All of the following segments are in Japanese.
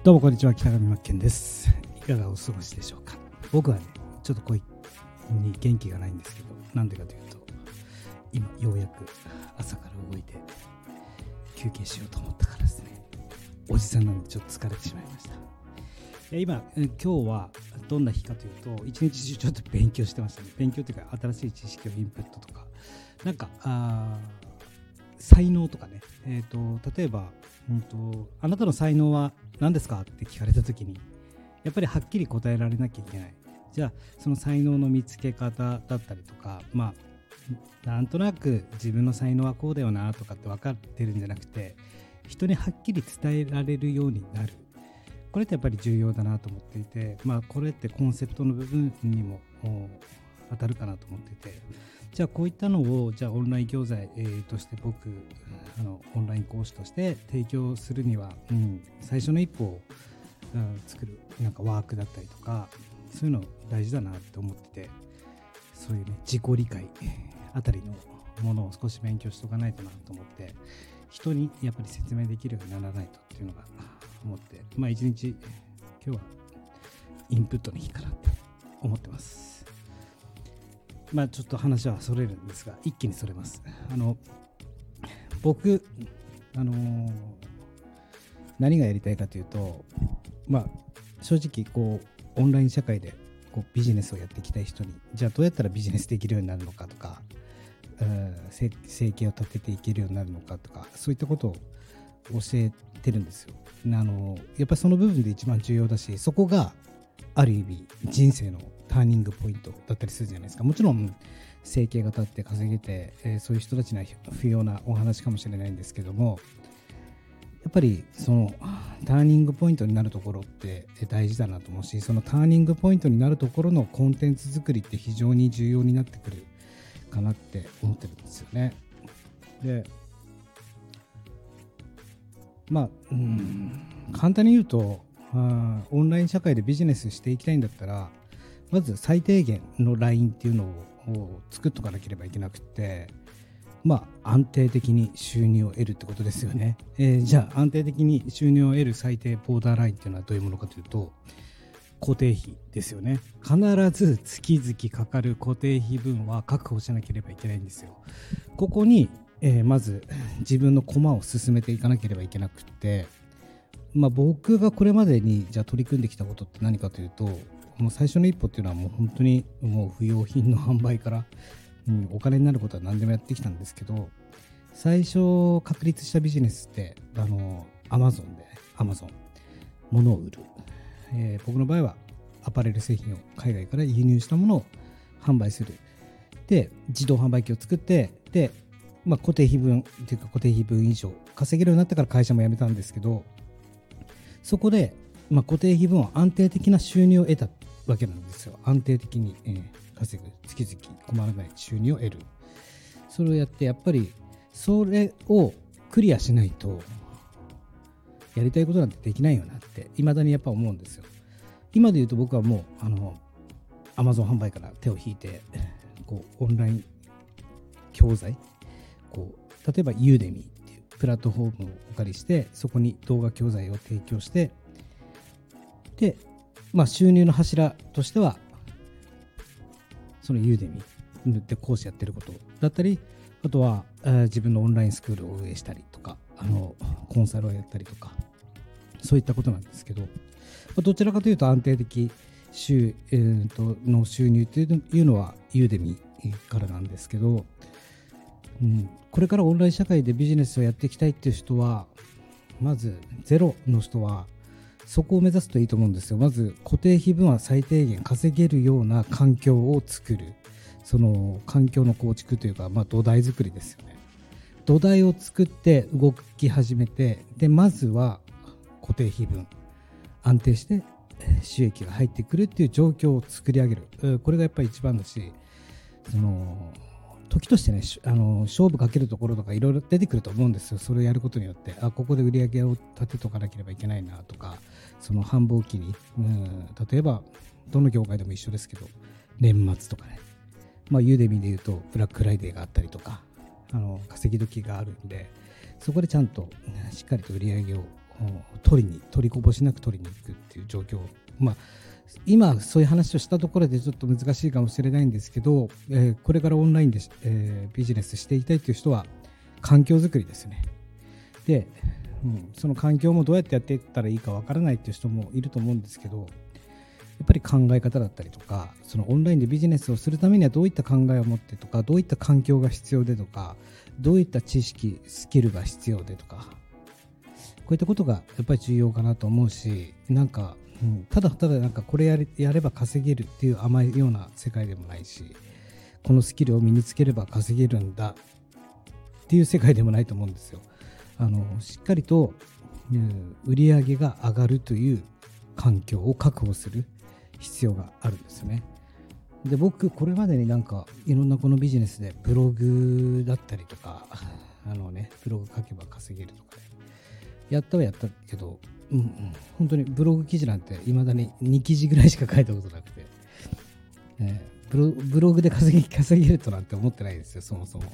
どうもこんにちは、北上真剣です。いかがお過ごしでしょうか。僕はね、ちょっと声に元気がないんですけど、なんでかというと、今ようやく朝から動いて休憩しようと思ったからですね。おじさんなんでちょっと疲れてしまいました。今日はどんな日かというと、一日中ちょっと勉強してましたね。勉強というか新しい知識をインプットとか、なんか才能とかね、例えば、あなたの才能は何ですかって聞かれた時に、やっぱりはっきり答えられなきゃいけない。じゃあその才能の見つけ方だったりとか、なんとなく自分の才能はこうだよなとかって分かってるんじゃなくて、人にはっきり伝えられるようになる。これってやっぱり重要だなと思っていて、これってコンセプトの部分にも当たるかなと思っていて、じゃあこういったのをオンライン教材、として僕オンライン講師として提供するには、最初の一歩を、作るなんかワークだったりとか、そういうの大事だなって思ってて、そういうね自己理解あたりのものを少し勉強しておかないとなと思って、人にやっぱり説明できるようにならないとっていうのが思って、一日今日はインプットの日かなって思ってます。ちょっと話はそれるんですが、一気にそれます。僕何がやりたいかというと、正直オンライン社会でビジネスをやっていきたい人に、じゃあどうやったらビジネスできるようになるのかとか、生計を立てていけるようになるのかとか、そういったことを教えてるんですよ。やっぱりその部分で一番重要だし、そこがある意味人生のターニングポイントだったりするじゃないですか。もちろん生計が立って稼げて、そういう人たちには不要なお話かもしれないんですけども、やっぱりそのターニングポイントになるところって大事だなと思うし、そのターニングポイントになるところのコンテンツ作りって非常に重要になってくるかなって思ってるんですよね。で、簡単に言うと、オンライン社会でビジネスしていきたいんだったら、まず最低限のラインっていうのを作っとかなければいけなくて、安定的に収入を得るってことですよね。じゃあ安定的に収入を得る最低ボーダーラインっていうのはどういうものかというと、固定費ですよね。必ず月々かかる固定費分は確保しなければいけないんですよ。ここに、まず自分の駒を進めていかなければいけなくて、僕がこれまでにじゃあ取り組んできたことって何かというと、もう最初の一歩っていうのはもう本当にもう不用品の販売から、お金になることは何でもやってきたんですけど、最初確立したビジネスってAmazon 物を売る、僕の場合はアパレル製品を海外から輸入したものを販売する。で、自動販売機を作って、で、固定費分っていうか固定費分以上稼げるようになってから会社も辞めたんですけど、そこで、固定費分は安定的な収入を得たわけなんですよ。安定的に、稼ぐ、月々困らない収入を得る。それをやって、やっぱりそれをクリアしないとやりたいことなんてできないよなって未だにやっぱ思うんですよ。今で言うと僕はもうAmazon 販売から手を引いて、オンライン教材、例えば Udemy っていうプラットフォームをお借りして、そこに動画教材を提供して、で、収入の柱としてはその Udemy で講師やってることだったり、あとは自分のオンラインスクールを運営したりとか、コンサルをやったりとか、そういったことなんですけど、どちらかというと安定的の収入というのは Udemy からなんですけど、これからオンライン社会でビジネスをやっていきたいっていう人は、まずゼロの人はそこを目指すといいと思うんですよ。まず固定費分は最低限稼げるような環境を作る。その環境の構築というか、土台作りですよね。土台を作って動き始めて、でまずは固定費分安定して収益が入ってくるっていう状況を作り上げる。これがやっぱり一番だし、時としてね、勝負かけるところとかいろいろ出てくると思うんですよ。それをやることによって、ここで売り上げを立てとかなければいけないなとか、その繁忙期に、例えばどの業界でも一緒ですけど、年末とかね、ユーデミでいうとブラックフライデーがあったりとか、稼ぎ時があるんで、そこでちゃんとしっかりと売り上げを取りこぼしなく取りに行くっていう状況、今そういう話をしたところでちょっと難しいかもしれないんですけど、これからオンラインで、ビジネスしていきたいという人は環境づくりですね。で、その環境もどうやってやっていったらいいかわからないっていう人もいると思うんですけど、やっぱり考え方だったりとか、そのオンラインでビジネスをするためにはどういった考えを持ってとか、どういった環境が必要でとか、どういった知識スキルが必要でとか、こういったことがやっぱり重要かなと思うし、ただただこれやれば稼げるっていう甘いような世界でもないし、このスキルを身につければ稼げるんだっていう世界でもないと思うんですよ。しっかりと、売り上げが上がるという環境を確保する必要があるんですよね。で、僕これまでにいろんなこのビジネスでブログだったりとかブログ書けば稼げるとかね、やったけど、本当にブログ記事なんていまだに2記事ぐらいしか書いたことなくて、ブログで稼げるとなんて思ってないですよ、そもそも、ね。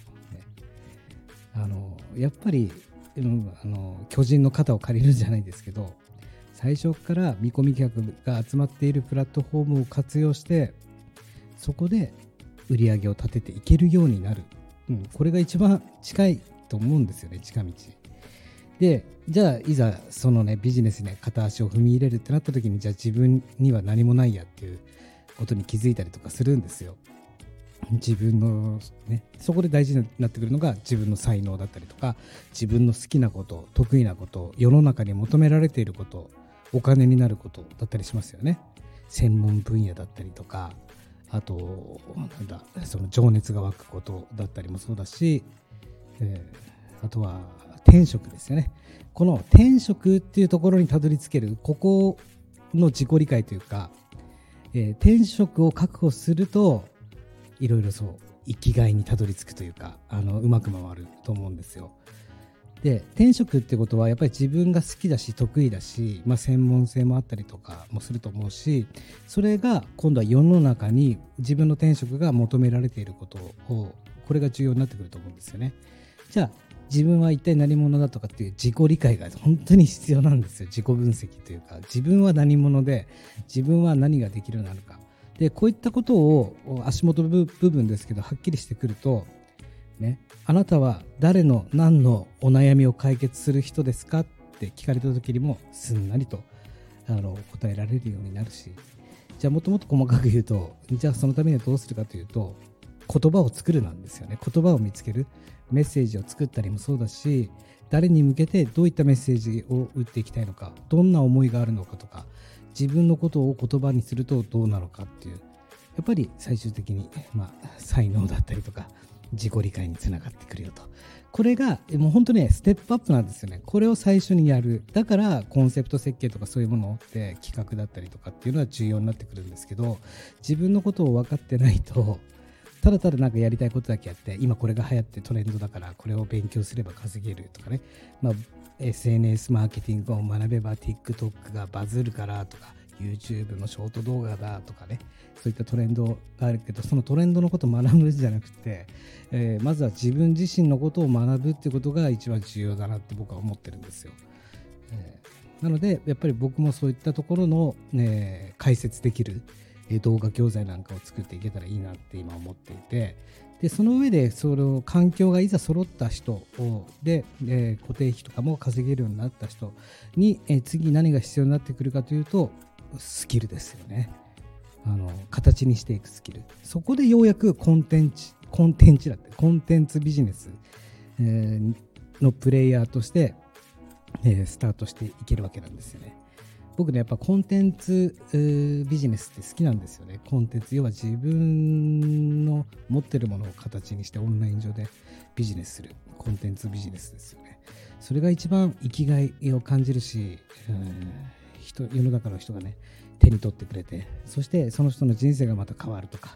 やっぱり巨人の肩を借りるんじゃないんですけど、最初から見込み客が集まっているプラットフォームを活用して、そこで売り上げを立てていけるようになる、これが一番近いと思うんですよね、近道で。じゃあいざそのビジネスに片足を踏み入れるってなった時に、じゃあ自分には何もないやっていうことに気づいたりとかするんですよ。自分のそこで大事になってくるのが自分の才能だったりとか、自分の好きなこと、得意なこと、世の中に求められていること、お金になることだったりしますよね。専門分野だったりとか、あとその情熱が湧くことだったりもそうだし、あとは転職ですよね。この転職っていうところにたどり着ける、ここの自己理解というか、転職を確保するといろいろ生きがいにたどり着くというか、うまく回ると思うんですよ。で、転職ってことはやっぱり自分が好きだし得意だし、専門性もあったりとかもすると思うし、それが今度は世の中に自分の転職が求められていることを、これが重要になってくると思うんですよね。じゃあ自分は一体何者だとかっていう自己理解が本当に必要なんですよ。自己分析というか、自分は何者で自分は何ができるようになるかで、こういったことを足元部分ですけどはっきりしてくるとね、あなたは誰の何のお悩みを解決する人ですかって聞かれた時にもすんなりと答えられるようになるし、じゃあもっともっと細かく言うと、じゃあそのためにはどうするかというと、言葉を作るなんですよね。言葉を見つける、メッセージを作ったりもそうだし、誰に向けてどういったメッセージを打っていきたいのか、どんな思いがあるのかとか、自分のことを言葉にするとどうなのかっていう、やっぱり最終的に才能だったりとか自己理解につながってくるよと。これがもう本当にステップアップなんですよね。これを最初にやる。だからコンセプト設計とかそういうものって企画だったりとかっていうのは重要になってくるんですけど、自分のことを分かってないと、ただただやりたいことだけやって、今これが流行ってトレンドだからこれを勉強すれば稼げるとかね、SNS マーケティングを学べば TikTok がバズるからとか、 YouTube のショート動画だとかね、そういったトレンドがあるけど、そのトレンドのことを学ぶんじゃなくて、まずは自分自身のことを学ぶっていうことが一番重要だなって僕は思ってるんですよ。なのでやっぱり僕もそういったところの、解説できる動画教材なんかを作っていけたらいいなって今思っていて、でその上でその環境がいざ揃った人で、固定費とかも稼げるようになった人に、次何が必要になってくるかというと、スキルですよね。形にしていくスキル。そこでようやくコンテンツビジネス、のプレイヤーとして、スタートしていけるわけなんですよね。僕ね、やっぱコンテンツビジネスって好きなんですよね。コンテンツ、要は自分の持ってるものを形にしてオンライン上でビジネスするコンテンツビジネスですよね。それが一番生きがいを感じるし、世の中の人がね手に取ってくれて、そしてその人の人生がまた変わるとか、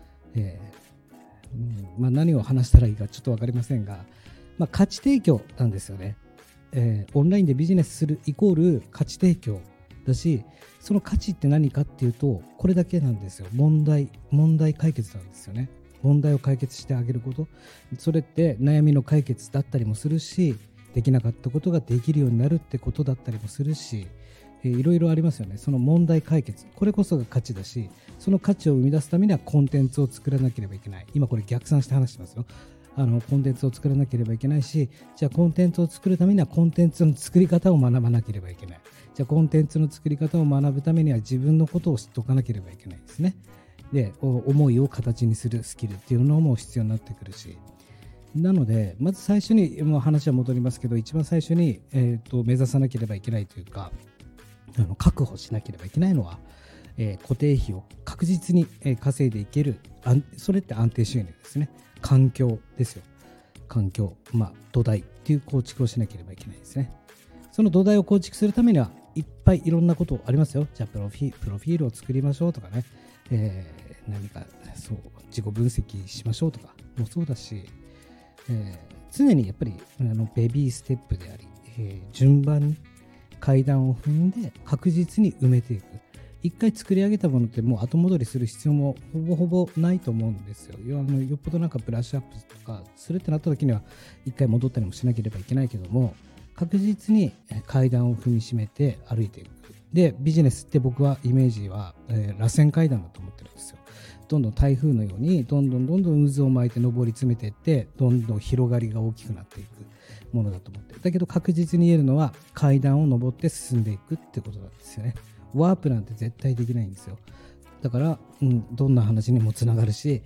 何を話したらいいかちょっと分かりませんが、価値提供なんですよね。オンラインでビジネスするイコール価値提供だし、その価値って何かっていうとこれだけなんですよ。問題解決なんですよね。問題を解決してあげること、それって悩みの解決だったりもするし、 できなかったことができるようになるってことだったりもするし、いろいろありますよね。その問題解決、これこそが価値だし、その価値を生み出すためにはコンテンツを作らなければいけない。今これ逆算して話してますよ。コンテンツを作らなければいけないし、じゃあコンテンツを作るためにはコンテンツの作り方を学ばなければいけない。じゃあコンテンツの作り方を学ぶためには自分のことを知っておかなければいけないですね。で、思いを形にするスキルっていうのも必要になってくるし、なのでまず最初に、もう話は戻りますけど、一番最初に、目指さなければいけないというか、確保しなければいけないのは、固定費を確実に、稼いでいける、それって安定収入ですね。環境ですよ。環境、土台っていう構築をしなければいけないですね。その土台を構築するためにはいっぱいいろんなことありますよ。じゃあプロフィールを作りましょうとかね、何かそう自己分析しましょうとかもそうだし、常にやっぱりベビーステップであり、順番に階段を踏んで確実に埋めていく。一回作り上げたものってもう後戻りする必要もほぼほぼないと思うんですよ。よっぽどなんかブラッシュアップとかするってなった時には一回戻ったりもしなければいけないけども、確実に階段を踏みしめて歩いていく。で、ビジネスって僕はイメージは、螺旋階段だと思ってるんですよ。どんどん台風のようにどんどん渦を巻いて上り詰めていって、どんどん広がりが大きくなっていくものだと思ってる。だけど確実に言えるのは階段を上って進んでいくってことなんですよね。ワープなんて絶対できないんですよ。だから、どんな話にもつながるし、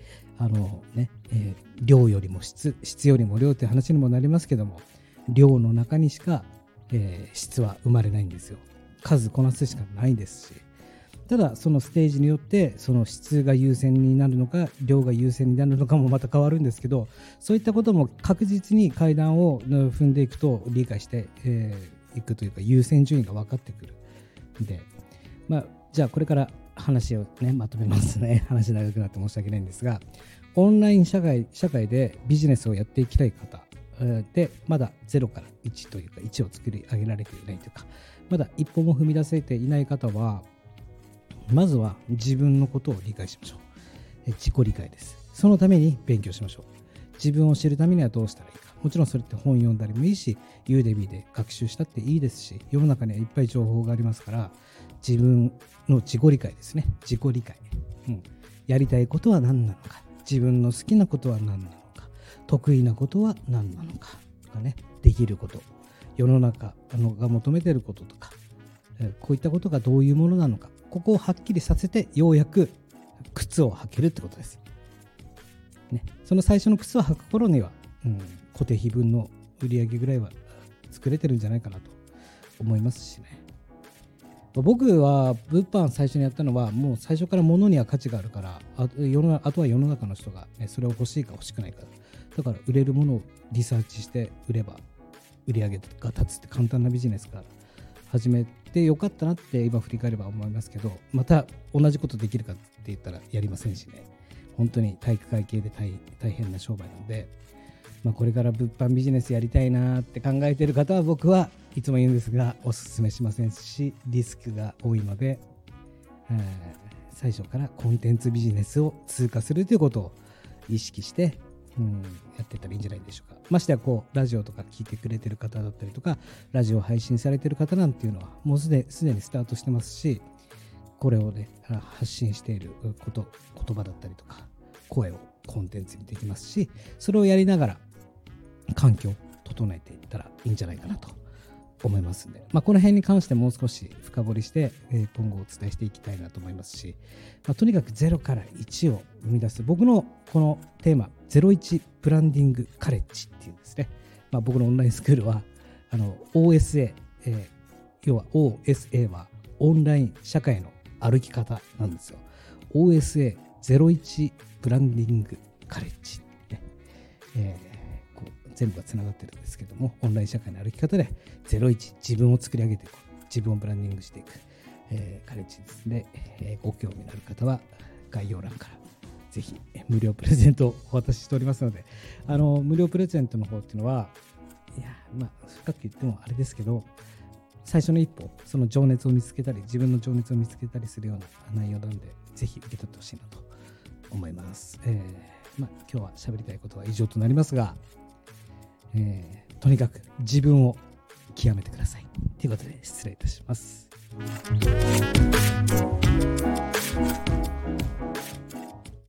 量よりも質よりも量って話にもなりますけども、量の中にしか、質は生まれないんですよ。数こなすしかないですし、ただそのステージによってその質が優先になるのか量が優先になるのかもまた変わるんですけど、そういったことも確実に階段を踏んでいくと理解していくというか、優先順位が分かってくるんで、じゃあこれから話をねまとめますね。話長くなって申し訳ないんですが、オンライン社会でビジネスをやっていきたい方で、まだ0から1というか1を作り上げられていないというか、まだ一歩も踏み出せていない方は、まずは自分のことを理解しましょう。自己理解です。そのために勉強しましょう。自分を知るためにはどうしたらいいか。もちろんそれって本読んだりもいいし、ユーデミーで学習したっていいですし、世の中にはいっぱい情報がありますから、自分の自己理解ですね。自己理解。やりたいことは何なのか。自分の好きなことは何なのか。得意なことは何なのか。とかね、できること。世の中が求めていることとか、こういったことがどういうものなのか。ここをはっきりさせて、ようやく靴を履けるってことです。ね、その最初の靴を履く頃には、固定費分の売り上げぐらいは作れてるんじゃないかなと思いますしね。僕は物販最初にやったのは、もう最初から物には価値があるから、あとは世の中の人が、それを欲しいか欲しくないか。だから売れるものをリサーチして売れば売り上げが立つって簡単なビジネスから始めてよかったなって今振り返れば思いますけど、また同じことできるかって言ったらやりませんしね。本当に体育会系で大変な商売なので、これから物販ビジネスやりたいなって考えている方は、僕はいつも言うんですがおすすめしませんし、リスクが多いので、最初からコンテンツビジネスを通過するということを意識してやっていったらいいんじゃないでしょうか。ましてやラジオとか聞いてくれてる方だったりとか、ラジオ配信されてる方なんていうのはもうすでにスタートしてますし、これをね発信している言葉だったりとか声をコンテンツにできますし、それをやりながら環境を整えていったらいいんじゃないかなと思いますんで、この辺に関してもう少し深掘りして、今後お伝えしていきたいなと思いますし、とにかく0から1を生み出す、僕のこのテーマ01ブランディングカレッジっていうんですね。僕のオンラインスクールはOSA、要は OSA はオンライン社会の歩き方なんですよ。OSA01 ブランディングカレッジ、全部がつながってるんですけども、オンライン社会の歩き方で01自分を作り上げていく、自分をブランディングしていく、カレッジですね。ご興味のある方は概要欄からぜひ無料プレゼントをお渡ししておりますので、無料プレゼントの方っていうのは、深く言ってもあれですけど、最初の一歩、その情熱を見つけたり、自分の情熱を見つけたりするような内容なので、ぜひ受け取ってほしいなと思います。今日は喋りたいことは以上となりますが、 とにかく自分を極めてくださいということで失礼いたします。